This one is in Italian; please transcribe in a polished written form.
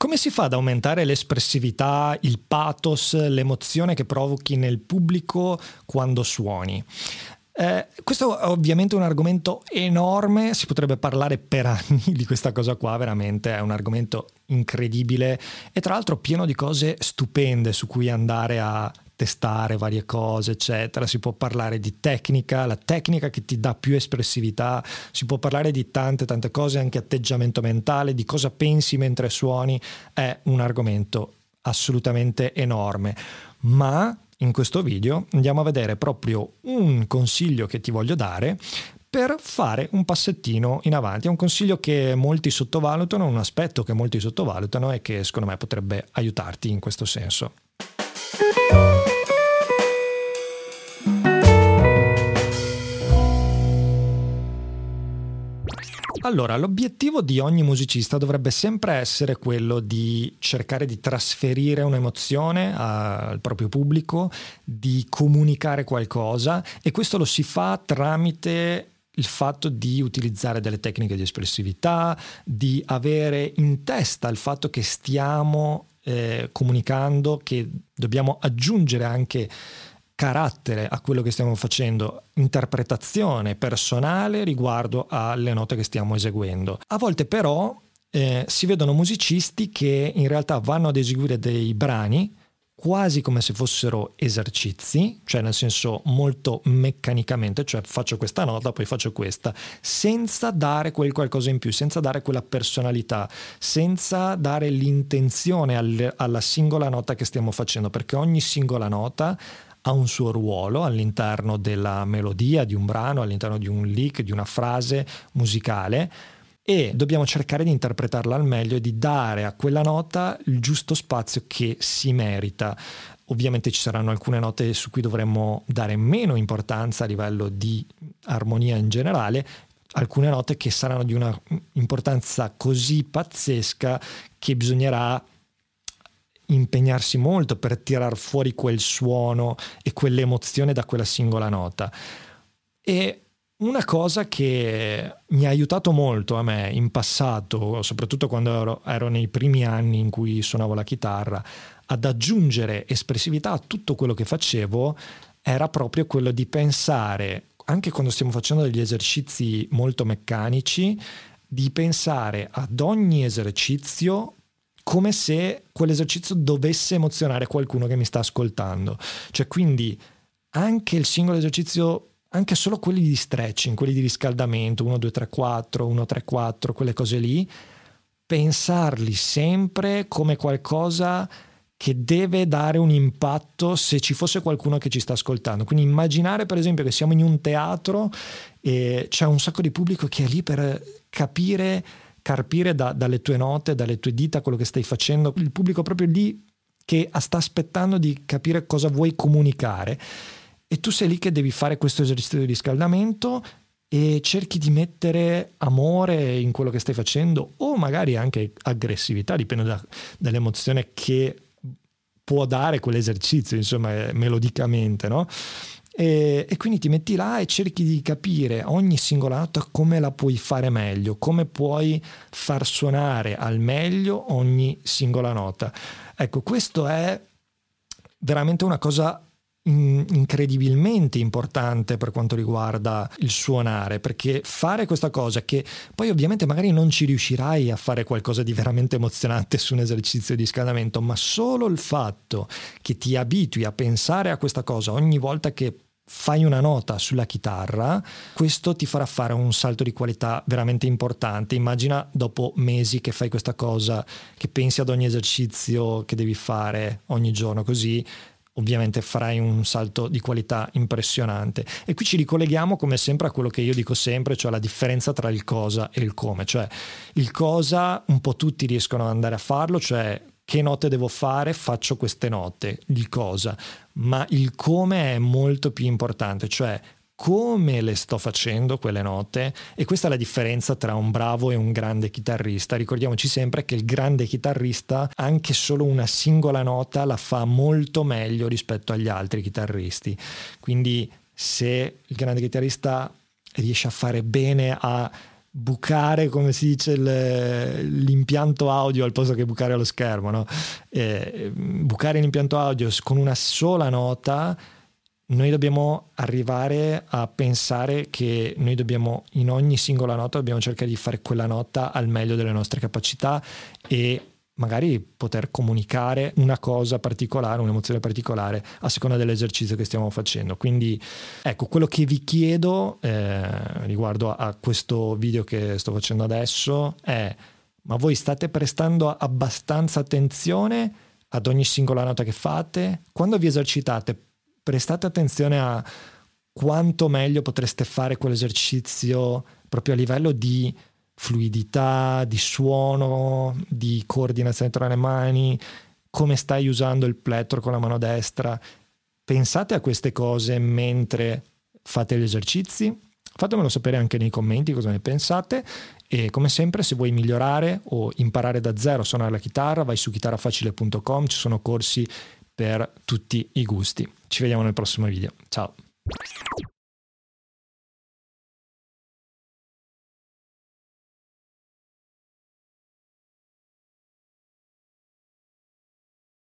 Come si fa ad aumentare l'espressività, il pathos, l'emozione che provochi nel pubblico quando suoni? Questo è ovviamente un argomento enorme, si potrebbe parlare per anni di questa cosa qua, veramente è un argomento incredibile e tra l'altro pieno di cose stupende su cui andare a testare varie cose, eccetera. Si può parlare di tecnica, la tecnica che ti dà più espressività, si può parlare di tante cose, anche atteggiamento mentale, di cosa pensi mentre suoni, è un argomento assolutamente enorme. Ma in questo video andiamo a vedere proprio un consiglio che ti voglio dare per fare un passettino in avanti. È un consiglio che molti sottovalutano, un aspetto che molti sottovalutano e che secondo me potrebbe aiutarti in questo senso. Allora, l'obiettivo di ogni musicista dovrebbe sempre essere quello di cercare di trasferire un'emozione al proprio pubblico, di comunicare qualcosa, e questo lo si fa tramite il fatto di utilizzare delle tecniche di espressività, di avere in testa il fatto che stiamo comunicando, che dobbiamo aggiungere anche carattere a quello che stiamo facendo, interpretazione personale riguardo alle note che stiamo eseguendo. A volte però si vedono musicisti che in realtà vanno ad eseguire dei brani quasi come se fossero esercizi, cioè nel senso molto meccanicamente, cioè faccio questa nota, poi faccio questa, senza dare quel qualcosa in più, senza dare quella personalità, senza dare l'intenzione alla singola nota che stiamo facendo, perché ogni singola nota ha un suo ruolo all'interno della melodia di un brano, all'interno di un lick, di una frase musicale, e dobbiamo cercare di interpretarla al meglio e di dare a quella nota il giusto spazio che si merita. Ovviamente ci saranno alcune note su cui dovremmo dare meno importanza a livello di armonia in generale, alcune note che saranno di una importanza così pazzesca che bisognerà impegnarsi molto per tirar fuori quel suono e quell'emozione da quella singola nota. E una cosa che mi ha aiutato molto a me in passato, soprattutto quando ero nei primi anni in cui suonavo la chitarra, ad aggiungere espressività a tutto quello che facevo, era proprio quello di pensare, anche quando stiamo facendo degli esercizi molto meccanici, di pensare ad ogni esercizio come se quell'esercizio dovesse emozionare qualcuno che mi sta ascoltando. Cioè, quindi anche il singolo esercizio, anche solo quelli di stretching, quelli di riscaldamento, 1, 2, 3, 4, 1, 3, 4, quelle cose lì, pensarli sempre come qualcosa che deve dare un impatto se ci fosse qualcuno che ci sta ascoltando. Quindi immaginare per esempio che siamo in un teatro e c'è un sacco di pubblico che è lì per carpire dalle tue note, dalle tue dita quello che stai facendo, il pubblico proprio lì che sta aspettando di capire cosa vuoi comunicare, e tu sei lì che devi fare questo esercizio di riscaldamento e cerchi di mettere amore in quello che stai facendo, o magari anche aggressività, dipende dall'emozione che può dare quell'esercizio, insomma, melodicamente, no? E quindi ti metti là e cerchi di capire ogni singola nota come la puoi fare meglio, come puoi far suonare al meglio ogni singola nota. Ecco, questo è veramente una cosa incredibilmente importante per quanto riguarda il suonare, perché fare questa cosa, che poi ovviamente magari non ci riuscirai a fare qualcosa di veramente emozionante su un esercizio di scaldamento, ma solo il fatto che ti abitui a pensare a questa cosa ogni volta che fai una nota sulla chitarra, questo ti farà fare un salto di qualità veramente importante. Immagina dopo mesi che fai questa cosa, che pensi ad ogni esercizio che devi fare ogni giorno, così ovviamente farai un salto di qualità impressionante. E qui ci ricolleghiamo come sempre a quello che io dico sempre, cioè la differenza tra il cosa e il come. Cioè il cosa un po' tutti riescono ad andare a farlo, cioè che note devo fare, faccio queste note, il cosa, ma il come è molto più importante, cioè come le sto facendo quelle note. E questa è la differenza tra un bravo e un grande chitarrista. Ricordiamoci sempre che il grande chitarrista anche solo una singola nota la fa molto meglio rispetto agli altri chitarristi. Quindi se il grande chitarrista riesce a fare bene a bucare, come si dice, l'impianto audio al posto che bucare lo schermo, no? Bucare l'impianto audio con una sola nota, noi dobbiamo arrivare a pensare che noi dobbiamo, in ogni singola nota, dobbiamo cercare di fare quella nota al meglio delle nostre capacità e magari poter comunicare una cosa particolare, un'emozione particolare a seconda dell'esercizio che stiamo facendo. Quindi ecco, quello che vi chiedo riguardo a questo video che sto facendo adesso è: ma voi state prestando abbastanza attenzione ad ogni singola nota che fate? Quando vi esercitate, prestate attenzione a quanto meglio potreste fare quell'esercizio proprio a livello di fluidità, di suono, di coordinazione tra le mani, come stai usando il plettro con la mano destra. Pensate a queste cose mentre fate gli esercizi? Fatemelo sapere anche nei commenti cosa ne pensate, e come sempre, se vuoi migliorare o imparare da zero a suonare la chitarra, vai su chitarrafacile.com, ci sono corsi per tutti i gusti. Ci vediamo nel prossimo video. Ciao!